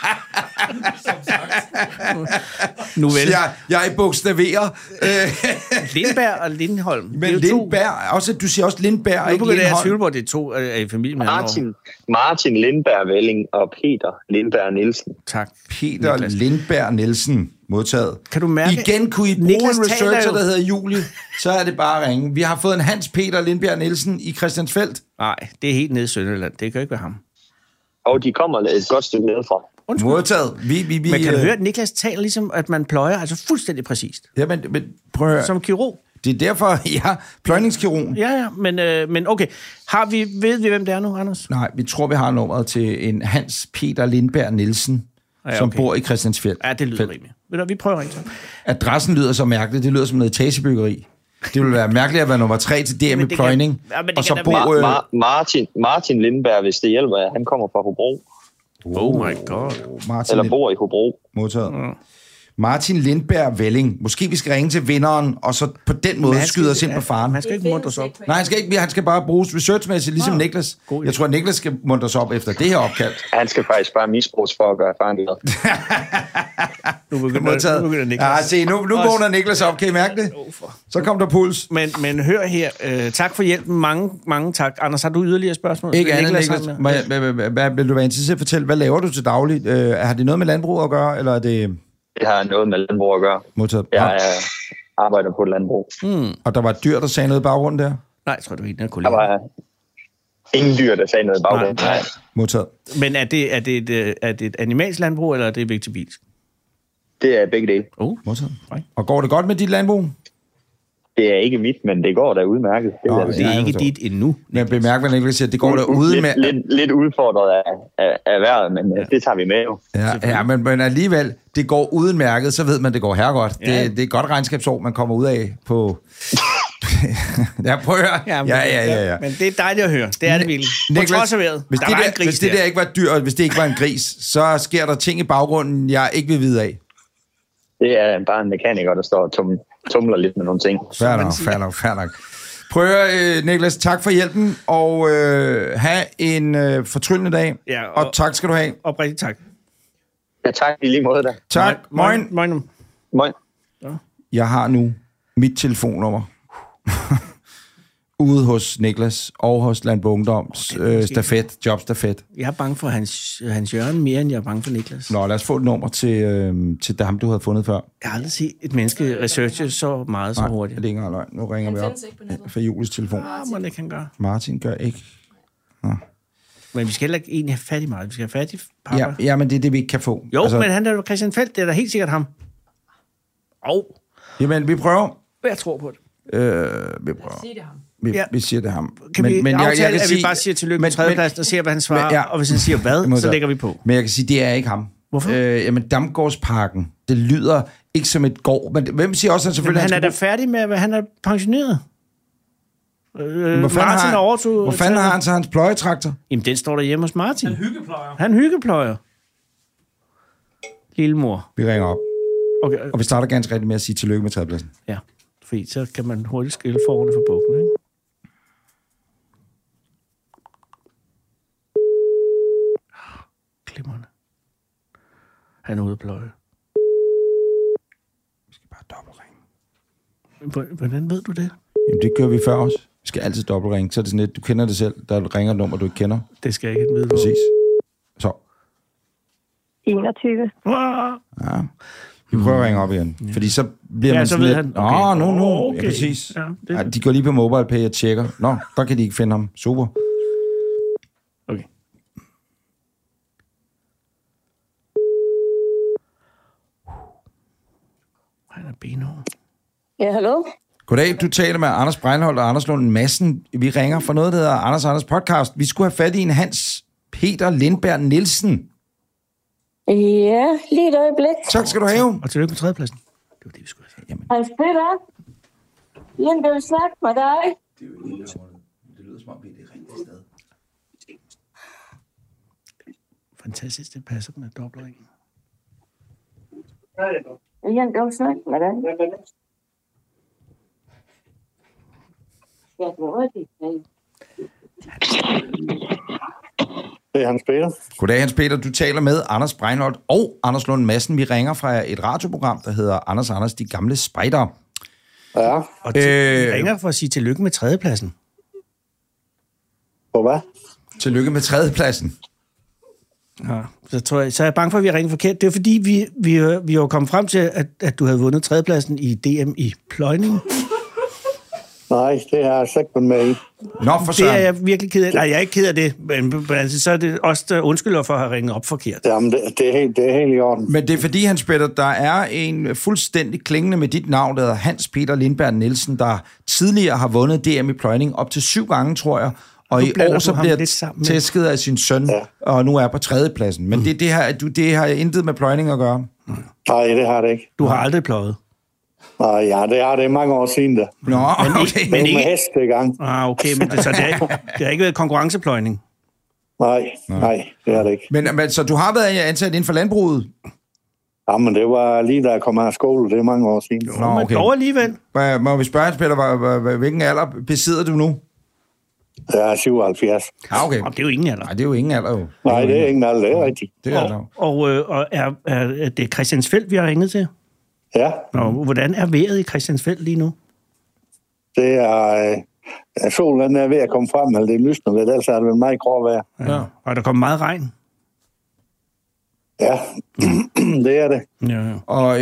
Nu vel. Jeg bogstaverer. Lindberg og Lindholm. Men Lindberg, også, du siger også Lindberg, ikke Lindholm. Jeg tvivl på, at det er to er i familie med Martin Lindberg Velling og Peter Lindberg Nielsen. Tak. Peter Niklas. Lindberg Nielsen, modtaget. Kan du mærke? Igen kunne I bruge en researcher, der hedder Julie, så er det bare at ringe. Vi har fået en Hans Peter Lindberg Nielsen i Christiansfeld. Nej, det er helt nede i Sønderjylland. Det kan ikke være ham. Og de kommer et godt stykke nedefra. Modtaget. Men kan du høre, at Niklas taler ligesom, at man pløjer, altså fuldstændig præcist? Ja, men prøv at høre. Som kirurg. Det er derfor, pløjningskirurg. Ja, men okay. Ved vi, hvem det er nu, Anders? Nej, vi tror, vi har nummeret til en Hans Peter Lindberg Nielsen, som bor i Christiansfjeld. Ja, det lyder rimeligt. Vi prøver at ringe. Adressen lyder så mærkeligt. Det lyder som noget etagebyggeri. Det ville være mærkeligt at være nummer 3 til DM i pløjning. Og så Martin Lindberg, hvis det hjælper, han kommer fra Hobro. Oh my god. Eller bor i Hobro. Modtaget. Martin Lindberg Velling. Måske vi skal ringe til vinderen, og så på den måde skyde os ind på faren. Han skal ikke muntres op. Nej, han skal bare bruges researchmæssigt, ligesom Niklas. Jeg tror, at Niklas skal muntres op efter det her opkald. Han skal faktisk bare misbruges for at gøre faren glad. Nu begynder Niklas. Nu vågner Niklas op. Kan I mærke det? Så kom der puls. Men hør her. Tak for hjælpen. Mange tak. Anders, har du yderligere spørgsmål? Ikke andet, Niklas. Vil du være interesseret i at fortælle, hvad laver du til daglig? Har det noget med landbrug at gøre, eller er det... Det har noget med landbrug at gøre. Modtaget. Jeg arbejder på et landbrug. Og der var et dyr, der sagde noget i baggrunden der? Nej, jeg tror, du var en af kollegaer. Der var ingen dyr, der sagde noget i baggrunden. Nej. Modtaget. Men er det et animalsk landbrug, eller er det vegetabilsk? Det er begge dele. Modtaget. Og går det godt med dit landbrug? Det er ikke mit, men det går da udmærket. Det er ikke dit endnu. Men bemærk, hvad Niklas siger, det går der udmærket. Lidt udfordret af vejret, men det tager vi med jo. Ja, men alligevel, det går udmærket, så ved man, det går herregodt. Ja. Det er et godt regnskabsår, man kommer ud af på... Ja, prøv at høre. Ja. Men det er dejligt at høre. Det er det virkelig. På trods af vejret. Hvis det der ikke var et dyr, og hvis det ikke var en gris, så sker der ting i baggrunden, jeg ikke vil vide af. Det er bare en mekaniker, der står og tumler lidt med nogle ting. Fair nok. Prøv at Niklas, tak for hjælpen, og have en fortryllende dag. Ja, og tak skal du have. Oprigtigt tak. Ja, tak i lige måde da. Tak. Moin. Ja. Jeg har nu mit telefonnummer ude hos Niklas og hos Landbrug Ungdoms jobstafet. Jeg er bange for hans Jørgen mere, end jeg er bange for Niklas. Nå, lad os få et nummer til ham, du havde fundet før. Jeg har aldrig set et menneske researche så meget så hurtigt. Det er ikke engang løgn. Nu ringer vi op for Julies telefon. Må det kan gøre. Martin gør ikke. Nå. Men vi skal heller ikke egentlig have fat i Martin. Vi skal have fat i pappa. Ja, men det er det, vi ikke kan få. Jo, altså... men han er jo Christian Feldt. Det er da helt sikkert ham. Jamen, vi prøver. Jeg tror på det. Vi prøver. Sige det ham. Vi siger det ham. Kan vi aftale, at vi bare siger tillykke med tredjepladsen og ser, hvad han svarer? Og hvis han siger hvad, så lægger vi på. Men jeg kan sige, det er ikke ham. Hvorfor? Jamen, Damgårdsparken, det lyder ikke som et gård. Men hvem siger også, at selvfølgelig... Men han er da færdig med, at han er pensioneret. Hvor fanden har han så hans pløjetraktor? Jamen, den står der hjemme hos Martin. Han hyggepløjer. Lillemor. Vi ringer op. Okay. Og vi starter ganske rigtigt med at sige tillykke med tredjepladsen. Ja, fordi så kan man hurtigt skille forhåndene for bukken, ikke? Glimrende. Han er ude at pløje. Vi skal bare dobbeltringe. Hvordan ved du det? Jamen, det gør vi før også. Vi skal altid dobbeltringe. Så er det sådan lidt, du kender det selv. Der ringer et nummer, du ikke kender. Det skal jeg ikke vide. Præcis. Så. 21. Ja. Vi prøver at ringe op igen. Ja. Fordi så bliver man sådan lidt... Okay. Ja, præcis. Ja, det... de går lige på MobilePay og tjekker. Nå, der kan de ikke finde ham. Super. Okay. Han er benhård. Ja, hallo? Goddag, du taler med Anders Breinholt og Anders Lund Madsen. Vi ringer fra noget, der hedder Anders podcast. Vi skulle have fat i en Hans Peter Lindberg Nielsen. Ja, lige et øjeblik. Tak skal du have. Og tillykke med tredjepladsen. Det var det, vi skulle have sagt. Hans Peter, jeg vil snakke med dig. Det er jo ikke det lyder som om, det er det rigtige sted. Fantastisk, det passer med dobbeltringen. Jeg vil snakke med dig. Det er Hans Peter. Goddag, Hans Peter. Du taler med Anders Breinholt og Anders Lund Madsen. Vi ringer fra et radioprogram, der hedder Anders, de gamle spejdere. Ja. Og vi ringer for at sige tillykke med tredjepladsen. På hvad? Tillykke med tredjepladsen. Ja, så er jeg bange for, at vi har ringet forkert. Det er fordi, vi er kommet frem til, at du havde vundet tredjepladsen i DM i pløjning. Nej, det har jeg slet ikke med i. Nå, for det er jeg virkelig ked af. Nej, jeg er ikke ked af det, men altså, så er det også der undskylder for at have ringet op forkert. Jamen, det er helt i orden. Men det er fordi, Hans Peter, der er en fuldstændig klingende med dit navn, der hedder Hans Peter Lindberg Nielsen, der tidligere har vundet DM i pløjning op til 7 gange, tror jeg. Og i år så bliver tæsket af sin søn, og nu er på 3. pladsen. Men det har intet med pløjning at gøre. Nej, det har det ikke. Du har aldrig pløjet? Nej, ja, det har det mange år siden da. Nå, okay. Men ikke med hest i gang. Okay, men det har ikke været konkurrencepløjning? Nej, det har det ikke. Men så du har været ansat inden for landbruget? Jamen, det var lige da jeg kom af skole, det er mange år siden. Nå, okay. Men dog alligevel. Må vi spørge, Hans Peter, hvilken alder besidder du nu? Jeg er 77. Ja, okay. Det er jo ingen alder. Nej, det er jo ingen alder, jo. Nej, det er ingen alder, det er rigtigt. Det er og er det Christiansfeld, vi har ringet til? Ja. Og hvordan er vejret i Christiansfeld lige nu? Det er... solen er ved at komme frem, eller det lysner lidt, ellers er det vel meget grå vejr. Ja. Og er der kommet meget regn? Ja, det er det. Ja. Og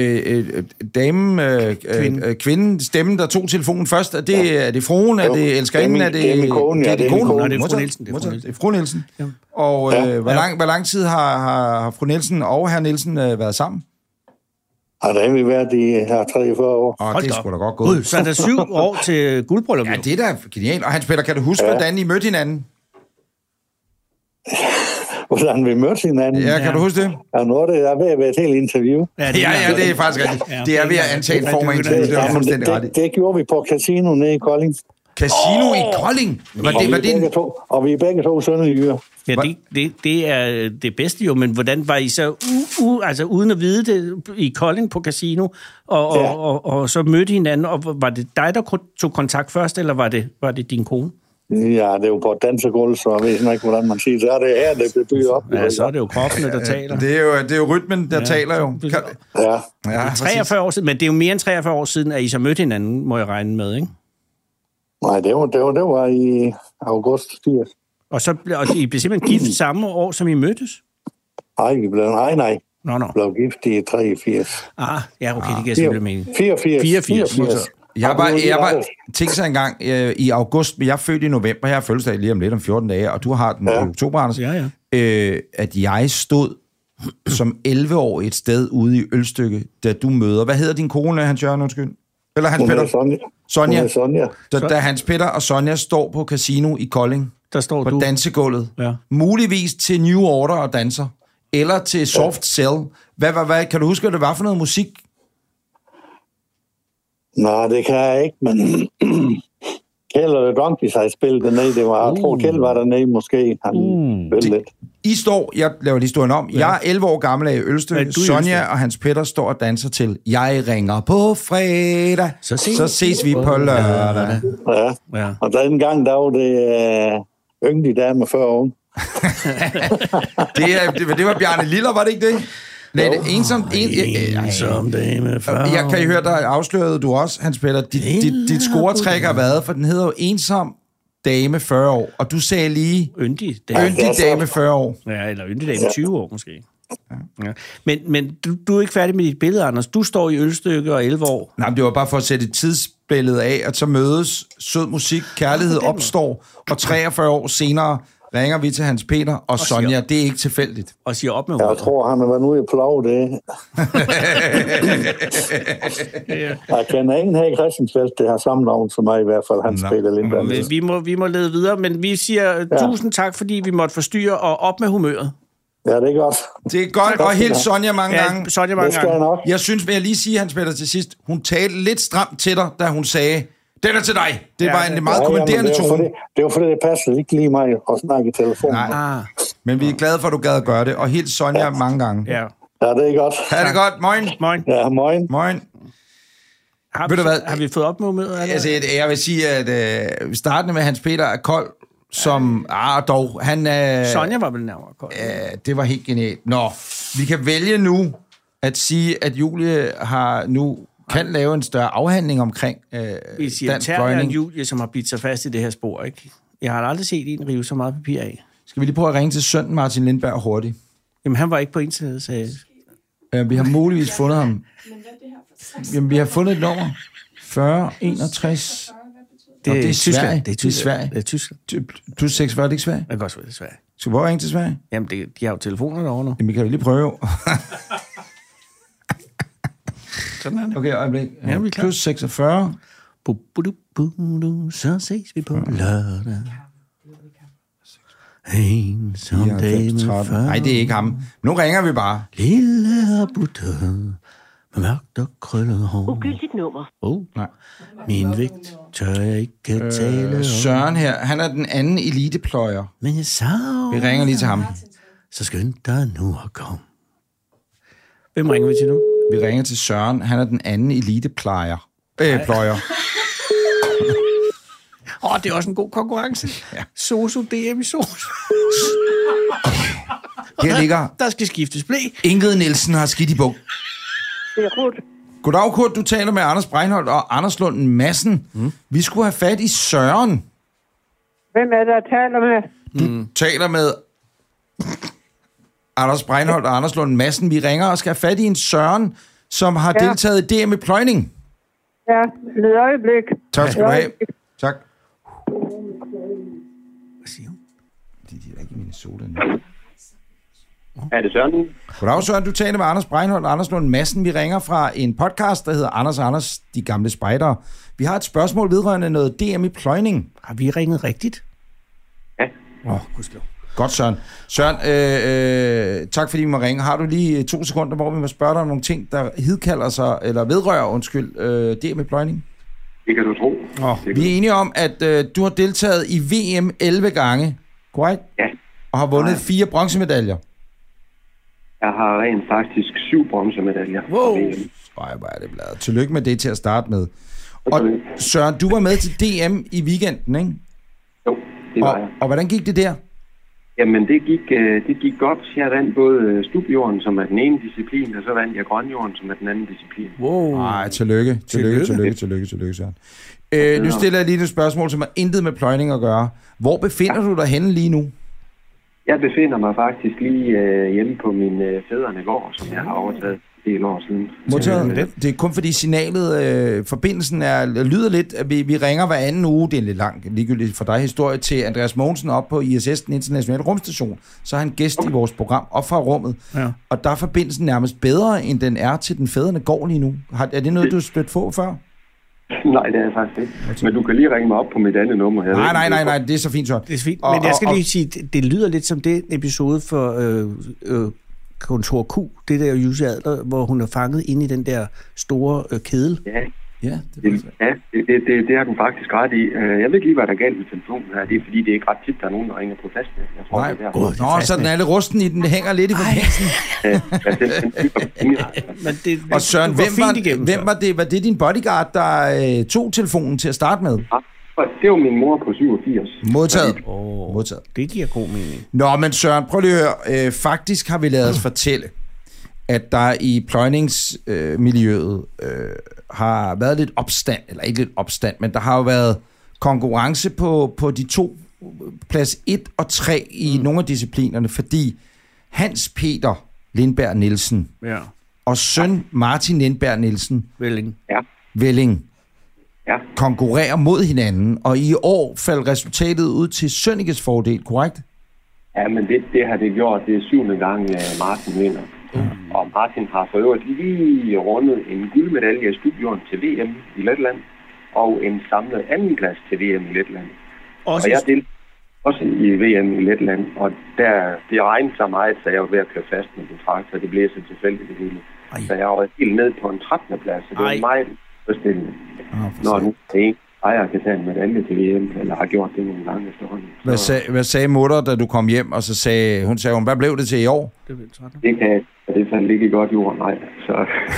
kvinden, stemmen, der tog telefonen først, er det fruen, er det elskerinden, er det... Det er min kone, ja. Det er fru Nielsen. Det er fru Nielsen. Ja. Og hvor lang tid har fru Nielsen og herr Nielsen været sammen? Ja, der har vi været i her 43 år. Det er sgu da godt gået. Så er der 7 år til guldbryllup. Ja, det er da genialt. Og Hans Peter, kan du huske, hvordan I mødte hinanden? Hvordan vi mødte hinanden. Ja, kan du huske det? Ja, nu er det ved at være et helt interview. Ja, det er faktisk rigtigt. Det er ved at antage en form af interview. Det gjorde vi på casino nede i Kolding. Casino i Kolding? Og vi er begge to sønderjyder. Ja, det er det bedste jo, men hvordan var I så, altså uden at vide det, i Kolding på casino, og så mødte hinanden, og var det dig, der tog kontakt først, eller var det din kone? Ja, det er jo på et dansegulv, så jeg ved ikke, hvordan man siger det. Så er det her, det bliver bygget op. Ja, så er det jo kroppene, der taler. Det er jo rytmen, der taler jo. Ja, 43 år siden, men det er jo mere end 43 år siden, at I så mødte hinanden, må jeg regne med, ikke? Nej, det var i august 80. Og I blev simpelthen gift samme år, som I mødtes? Nej, vi blev nej. Nå. Blev gift i 83. Ja, okay, det giver selvfølgelig mening. 84. Jeg var tænkt sig engang i august, men jeg er født i november, jeg har fødselsdag lige om lidt om 14 dage, og du har den i oktober, Anders, at jeg stod som 11 år et sted ude i Ølstykke, da du møder. Hvad hedder din kone, Hans Jørgen, undskyld? Eller Hans Peter? Sonja. Da Hans Peter og Sonja står på casino i Kolding, der står på dansegulvet, muligvis til New Order og danser, eller til Soft Cell. Hvad, kan du huske, hvad det var for noget musik? Nej, det kan jeg ikke, men Kjeld og The Donkeys har spillet dernede. Jeg tror, Kjeld var dernede måske. I står, jeg laver historien om, jeg er 11 år gammel af Ølstykke. Sonja og Hans Peter står og danser til Jeg ringer på fredag, så ses vi på lørdag. Ja. Og den gang, der var det ynglige dame 40 år. det var Bjarne Liller, var det ikke det? Nej, ensom dame. Jeg kan I høre, der afslørede du også, Hans Peter, dit scoretræk har været, for den hedder jo Ensom dame 40 år, og du sagde lige yndig dame 40 år. Ja, eller yndig dame 20 år måske. Ja. Men du er ikke færdig med dit billede, Anders. Du står i Ølstykke og 11 år. Nej, men det var bare for at sætte et tidsbillede af, at så mødes sød musik, kærlighed opstår, og 43 år senere ringer vi til Hans Peter og Sonja. Det er ikke tilfældigt. Og siger op med Jeg tror, han har været ude i plov, det. Jeg kender ingen her i Christiansfeld, det har samme navn som mig i hvert fald. Hans Peter Lindberg. Vi må lede videre, men vi siger tusind tak, fordi vi måtte forstyrre og op med humøret. Ja, det er godt. Det er godt, og helt Sonja mange gange. Sonja mange gange. Jeg synes, vil jeg lige sige, Hans Peter, til sidst, hun talte lidt stramt til dig, da hun sagde, den er til dig. Det var en meget kommanderende tone. Det var fordi, det passede ikke lige mig at snakke i telefonen. Nej, men vi er glade for, at du gad at gøre det, og helt Sonja mange gange. Ja, det er godt. Ha' det godt. Moin. Ja, moin. Har vi fået op med humøret? Altså, jeg vil sige, at startende med Hans Peter er kold, som dog, han... Sonja var vel nærmere kold. Det var helt genialt. Nå, vi kan vælge nu at sige, at Julie kan lave en større afhandling omkring vi siger, dansk pløjning. Julie, som har bidt sig fast i det her spor, ikke? Jeg har aldrig set en rive så meget papir af. Skal vi lige prøve at ringe til sønnen Martin Lindberg hurtigt? Jamen, han var ikke på internet, sagde vi har muligvis fundet ham. Jamen, vi har fundet et nummer. 40 61 Det er Sverige. Det er Sverige. Det er Tyskland. Du er 46, det er ikke Sverige? Det kan godt være, det er Sverige. Så hvor ringe til Sverige? Jamen, de har jo telefoner derovre nu. Jamen, vi kan jo lige prøve. Sådan er det. Okay, øjeblik. Ja, vi er klar. Plus 46. Så ses vi på lørdag. En som dag med 40. Nej, det er ikke ham. Nu ringer vi bare. Lille butte med mørkt og krøllet hår. Ugyldigt nummer. Nej. Min vægt tør jeg ikke tale om. Søren her, han er den anden elitepløjer. Men jeg savner. Vi ringer lige til ham. Så skynd dig nu at komme. Hvem ringer vi til nu? Vi ringer til Søren. Han er den anden eliteplejer. Pløjer. Det er også en god konkurrence. Ja. Sosu DM i Sosu. Her ligger... Der skal skiftes blæ. Ingrid Nielsen har skidt i bog. Det er Kurt. Goddag, Kurt. Du taler med Anders Breinholt og Anders Lund Madsen. Vi skulle have fat i Søren. Hvem er der, jeg taler med? Du taler med Anders Breinholt og Anders Lund Madsen. Vi ringer og skal have fat i en Søren, som har deltaget i DM i pløjning. Ja, et øjeblik. Tak skal du have. Tak. Hvad siger hun? De er ikke i mine soda nu. Er det Søren? Goddag, Søren. Du taler med Anders Breinholt og Anders Lund Madsen. Vi ringer fra en podcast, der hedder Anders, de gamle spejdere. Vi har et spørgsmål vedrørende noget DM i pløjning. Har vi ringet rigtigt? Ja. Gudskelov. Godt, Søren. Søren, tak fordi vi må ringe. Har du lige 2 sekunder, hvor vi må spørge dig om nogle ting, der hidkalder sig, eller vedrører, DM i pløjning? Det kan du tro. Vi er enige om, at du har deltaget i VM 11 gange, korrekt? Ja. Og har vundet 4 bronzemedaljer. Jeg har rent faktisk 7 bronzemedaljer. Wow. Ej, hvor er det bladet. Tillykke med det til at starte med. Og Søren, du var med til DM i weekenden, ikke? Jo, det var jeg. Og hvordan gik det der? Jamen, det gik godt. Jeg vandt både stubjorden, som er den ene disciplin, og så vandt jeg grønjorden, som er den anden disciplin. Wow. Ej, tillykke, Søren. Nu stiller jeg lige et spørgsmål, som har intet med pløjning at gøre. Hvor befinder du dig henne lige nu? Jeg befinder mig faktisk lige hjemme på min fædrene gård, som jeg har overtaget en del år siden. Modtaget. Det er kun fordi signalet, forbindelsen lyder lidt, at vi ringer hver anden uge, det er lidt langt, ligegyldigt for dig historie, til Andreas Mogensen op på ISS, den internationale rumstation. Så er han gæst i vores program op fra rummet, og der er forbindelsen nærmest bedre, end den er til den fædrene gård lige nu. Er det noget, du har stødt på før? Nej, det er jeg faktisk ikke. Men du kan lige ringe mig op på mit andet nummer her. Nej, det er så fint, så. Det er fint, men jeg skal lige sige, det lyder lidt som det episode for Kontor Q, det der Jussi Adler, hvor hun er fanget inde i den der store kedel. Ja, det har den faktisk ret i. Jeg ved ikke lige, hvad der er galt med telefonen her. Det er fordi, det er ikke ret tit, der er nogen, der ringer på fastnet. Jeg tror, nej, det er der. Så den er lidt rusten i den. Det hænger lidt i forbindelsen. Og Søren, hvem var det? Var det din bodyguard, der tog telefonen til at starte med? Det var min mor på 87. Modtaget. Det giver god mening. Nå, men Søren, prøv lige at høre. Faktisk har vi ladet os fortælle, at der i pløjningsmiljøet har været lidt opstand, eller ikke lidt opstand, men der har jo været konkurrence på de 2, plads 1 og 3 i nogle af disciplinerne, fordi Hans Peter Lindberg Nielsen og søn Martin Lindberg Nielsen Velling konkurrerer mod hinanden, og i år faldt resultatet ud til Sønnekes fordel, korrekt? Ja, men det har det gjort. Det er 7. gang, Martin vinder. Og Martin har for øvrigt lige rundet en guldmedalje i stubjorden til VM i Letland, og en samlet andenplads til VM i Letland. Og jeg deltog også i VM i Letland, og det regnede så meget, så jeg var ved at køre fast med den traktor, det blev så tilfældigt det hele. Så jeg var helt ned på en 13. plads, så det var meget forstillende. Når nu en ejer kan tage en medalje til VM, eller har gjort det nogle gange efterhånden. Hvad sagde mutter, da du kom hjem, og så sagde hun, hvad blev det til i år? Det fandt ikke godt jord, nej. Så.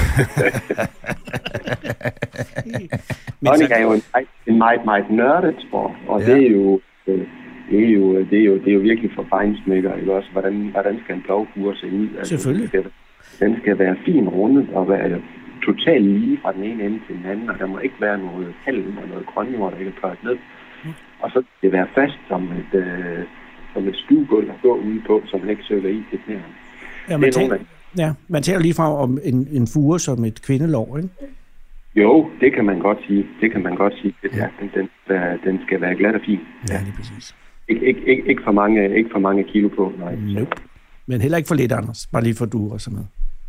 Pløjning er jo en meget nørdet sport, og det er jo virkelig for fejnsmækker, ikke også? Hvordan skal en plovfure se ud? Altså, selvfølgelig. Den skal være fin rundet og være totalt lige fra den ene ende til den anden, og der må ikke være noget halm og noget grønjord, der ikke er pløjet ned. Og så skal det være fast som et stuegulv at gå ude på, så man ikke søger i til knæerne. Man taler lige fra om en fure som et kvindelår, ikke? Jo, det kan man godt sige. Ja. Den skal være glat og fin. Ja, lige præcis. Ikke for mange kilo på, nej. Nope. Men heller ikke for lidt, Anders. Bare lige for du også med.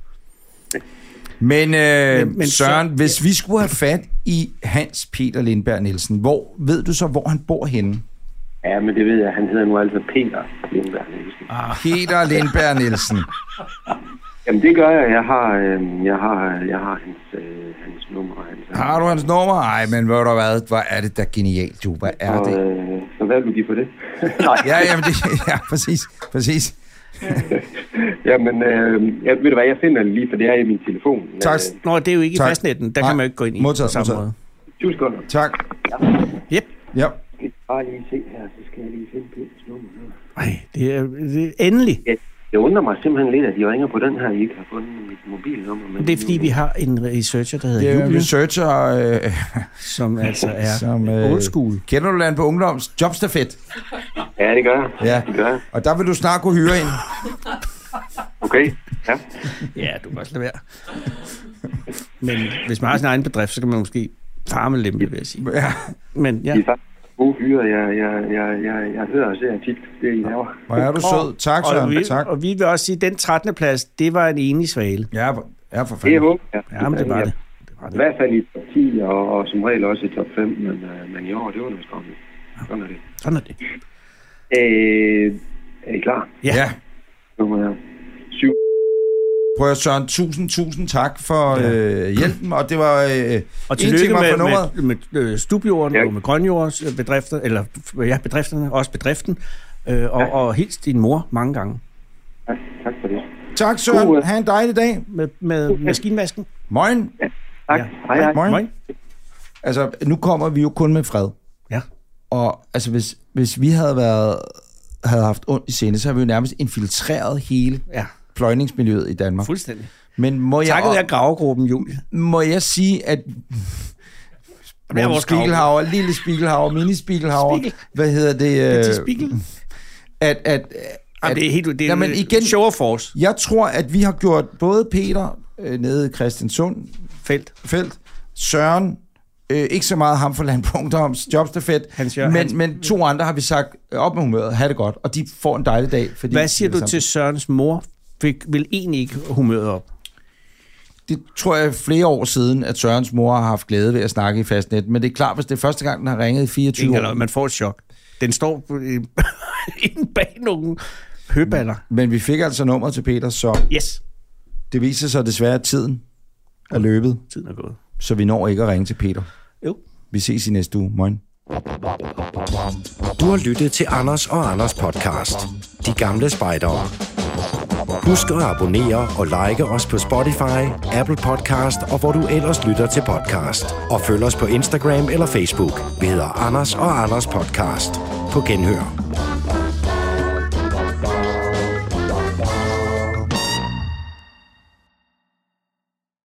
Men Søren, hvis vi skulle have fat i Hans Peter Lindberg Nielsen, ved du så, hvor han bor henne? Ja, men det ved jeg. Han hedder nu altså Peter Lindberg Nielsen. Peter Lindberg Nielsen. Jamen, det gør jeg. Jeg har hans nummer. Har du hans nummer? Ej, men ved du hvad? Hvor er det da genialt, du. Hvad er det? Så hvad vil du give for det? ja, præcis. Jamen, ved du hvad, jeg finder det lige, for det er i min telefon. Tak. Nå, det er jo ikke i fastnetten. Der kan man jo ikke gå ind i på samme måde. 20 sekunder. Tak. Yep. Ja. Bare lige se her, så skal jeg lige finde Peters nummer. Nej, det er endelig. Det undrer mig simpelthen lidt, at de ringer på den her, I ikke har fundet mit mobilnummer. Men det er fordi, vi har en researcher, der hedder Julie. Det er en researcher, som altså er old school. Kender du den på Ungdoms Jobstafet? Ja, det gør jeg. Ja. Det gør jeg. Og der vil du snart kunne hyre en. Okay, ja. Ja, du kan også lade være. Men hvis man har sin egen bedrift, så kan man måske farme lempe, vil jeg sige. Ja. Men ja. De er faktisk gode fyre. Jeg hører og ser tit det, I laver. Hvor er du sød. Tak, Søren. Tak. Og vi vil også sige, at den 13. plads, det var en enig svale. Ja, for fanden. Det er håber jeg. Ja, men det var det. I hvert fald i top 10, og som regel også i top 5, men i år, det var noget skræmmende. Sådan er det. Er I klar? Ja. Nummer her. 7. Prøv at Søren, tusind tak for hjælpen, og det var og tillykke med stubjorden og med grønjordsbedrifter, eller bedrifterne, også bedriften, og hilst din mor mange gange. Tak for det. Tak, Søren. Ha' en dejlig dag. Med maskinvasken. Moin. Ja, tak. Ja. Hej. Moin. Altså, nu kommer vi jo kun med fred. Ja. Og altså, hvis vi havde haft ondt i scene, så har vi jo nærmest infiltreret hele pløjningsmiljøet i Danmark. Fuldstændig. Men takket være gravegruppen, Julie. Må jeg sige, at Spiegelhauer, lille Spiegelhauer, mini Spiegelhauer, hvad hedder det? Spiegel? At det er helt igen, show of force. Jeg tror, at vi har gjort både Peter nede i Christiansund, Felt, Søren, ikke så meget ham for Landbundums Jobstafet, men 2 andre har vi sagt op med humøret, have det godt, og de får en dejlig dag. Fordi hvad siger du til Sørens mor? Vil egentlig ikke humøret op? Det tror jeg flere år siden, at Sørens mor har haft glæde ved at snakke i Fastnet, men det er klart, hvis det er første gang, den har ringet i 24 år. Man får et chok. Den står inde bag nogle høballer. Men vi fik altså nummeret til Peter, så det viser sig desværre, at tiden er løbet. Tiden er gået. Så vi når ikke at ringe til Peter. Jo. Vi ses i næste uge. Moin. Du har lyttet til Anders og Anders podcast. De gamle spejdere. Husk at abonnere og like os på Spotify, Apple Podcast og hvor du ellers lytter til podcast. Og følg os på Instagram eller Facebook. Vi hedder Anders og Anders podcast. På genhør.